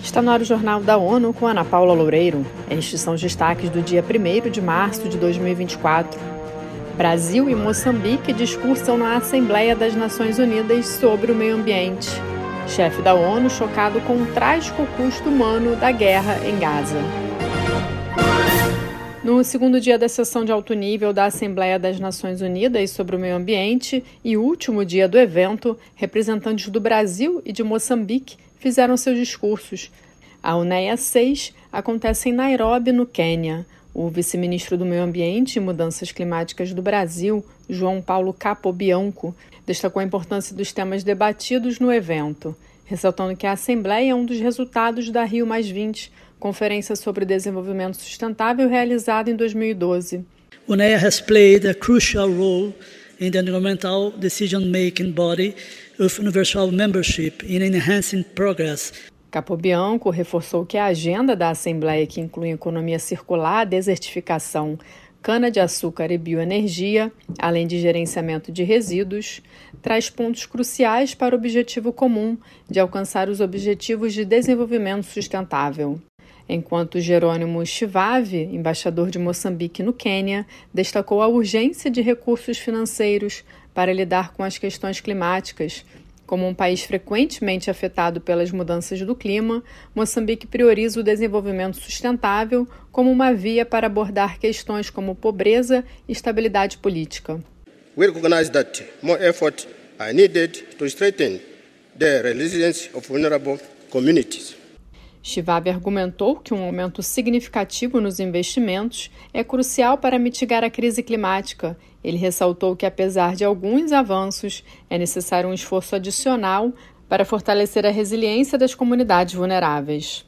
Está no ar o Jornal da ONU com Ana Paula Loureiro. Estes são os destaques do dia 1º de março de 2024. Brasil e Moçambique discursam na Assembleia das Nações Unidas sobre o meio ambiente. Chefe da ONU chocado com o trágico custo humano da guerra em Gaza. No segundo dia da sessão de alto nível da Assembleia das Nações Unidas sobre o meio ambiente e último dia do evento, representantes do Brasil e de Moçambique fizeram seus discursos. A UNEA 6 acontece em Nairobi, no Quênia. O vice-ministro do Meio Ambiente e Mudanças Climáticas do Brasil, João Paulo Capobianco, destacou a importância dos temas debatidos no evento, ressaltando que a Assembleia é um dos resultados da Rio+20, conferência sobre desenvolvimento sustentável realizada em 2012. UNEA has played a crucial role in the environmental decision-making body of universal membership in enhancing progress. Capobianco reforçou que a agenda da Assembleia, que inclui economia circular, desertificação, cana-de-açúcar e bioenergia, além de gerenciamento de resíduos, traz pontos cruciais para o objetivo comum de alcançar os Objetivos de Desenvolvimento Sustentável. Enquanto Jerônimo Chivave, embaixador de Moçambique no Quênia, destacou a urgência de recursos financeiros para lidar com as questões climáticas. Como um país frequentemente afetado pelas mudanças do clima, Moçambique prioriza o desenvolvimento sustentável como uma via para abordar questões como pobreza e estabilidade política. We recognize that more efforts are needed to strengthen the resilience of vulnerable communities. Chivave argumentou que um aumento significativo nos investimentos é crucial para mitigar a crise climática. Ele ressaltou que, apesar de alguns avanços, é necessário um esforço adicional para fortalecer a resiliência das comunidades vulneráveis.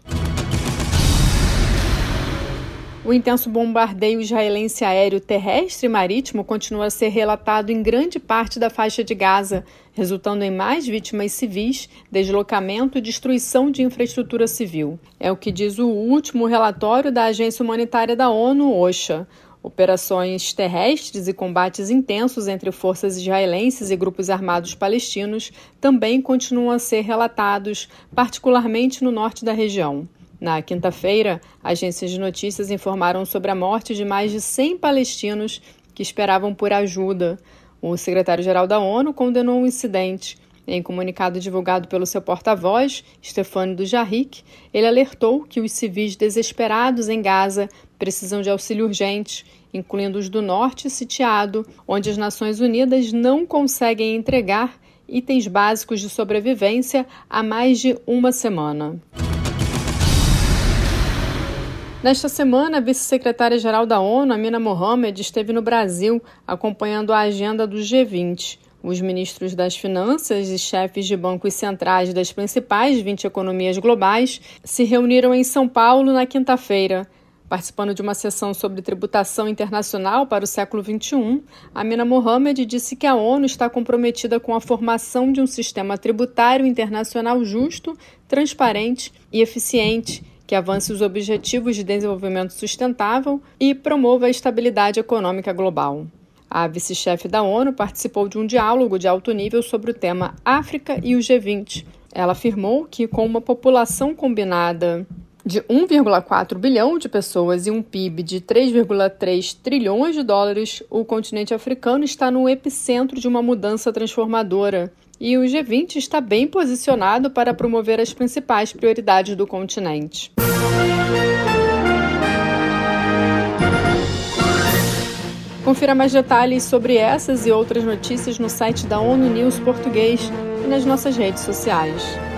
O intenso bombardeio israelense aéreo, terrestre e marítimo continua a ser relatado em grande parte da faixa de Gaza, resultando em mais vítimas civis, deslocamento e destruição de infraestrutura civil. É o que diz o último relatório da Agência Humanitária da ONU, OCHA. Operações terrestres e combates intensos entre forças israelenses e grupos armados palestinos também continuam a ser relatados, particularmente no norte da região. Na quinta-feira, agências de notícias informaram sobre a morte de mais de 100 palestinos que esperavam por ajuda. O secretário-geral da ONU condenou o incidente. Em comunicado divulgado pelo seu porta-voz, Stéphane Dujarric, ele alertou que os civis desesperados em Gaza precisam de auxílio urgente, incluindo os do norte sitiado, onde as Nações Unidas não conseguem entregar itens básicos de sobrevivência há mais de uma semana. Nesta semana, a vice-secretária-geral da ONU, Amina Mohamed, esteve no Brasil acompanhando a agenda do G20. Os ministros das Finanças e chefes de bancos centrais das principais 20 economias globais se reuniram em São Paulo na quinta-feira. Participando de uma sessão sobre tributação internacional para o século XXI, Amina Mohamed disse que a ONU está comprometida com a formação de um sistema tributário internacional justo, transparente e eficiente, que avance os objetivos de desenvolvimento sustentável e promova a estabilidade econômica global. A vice-chefe da ONU participou de um diálogo de alto nível sobre o tema África e o G20. Ela afirmou que, com uma população combinada de 1,4 bilhão de pessoas e um PIB de 3,3 trilhões de dólares, o continente africano está no epicentro de uma mudança transformadora. E o G20 está bem posicionado para promover as principais prioridades do continente. Confira mais detalhes sobre essas e outras notícias no site da ONU News Português e nas nossas redes sociais.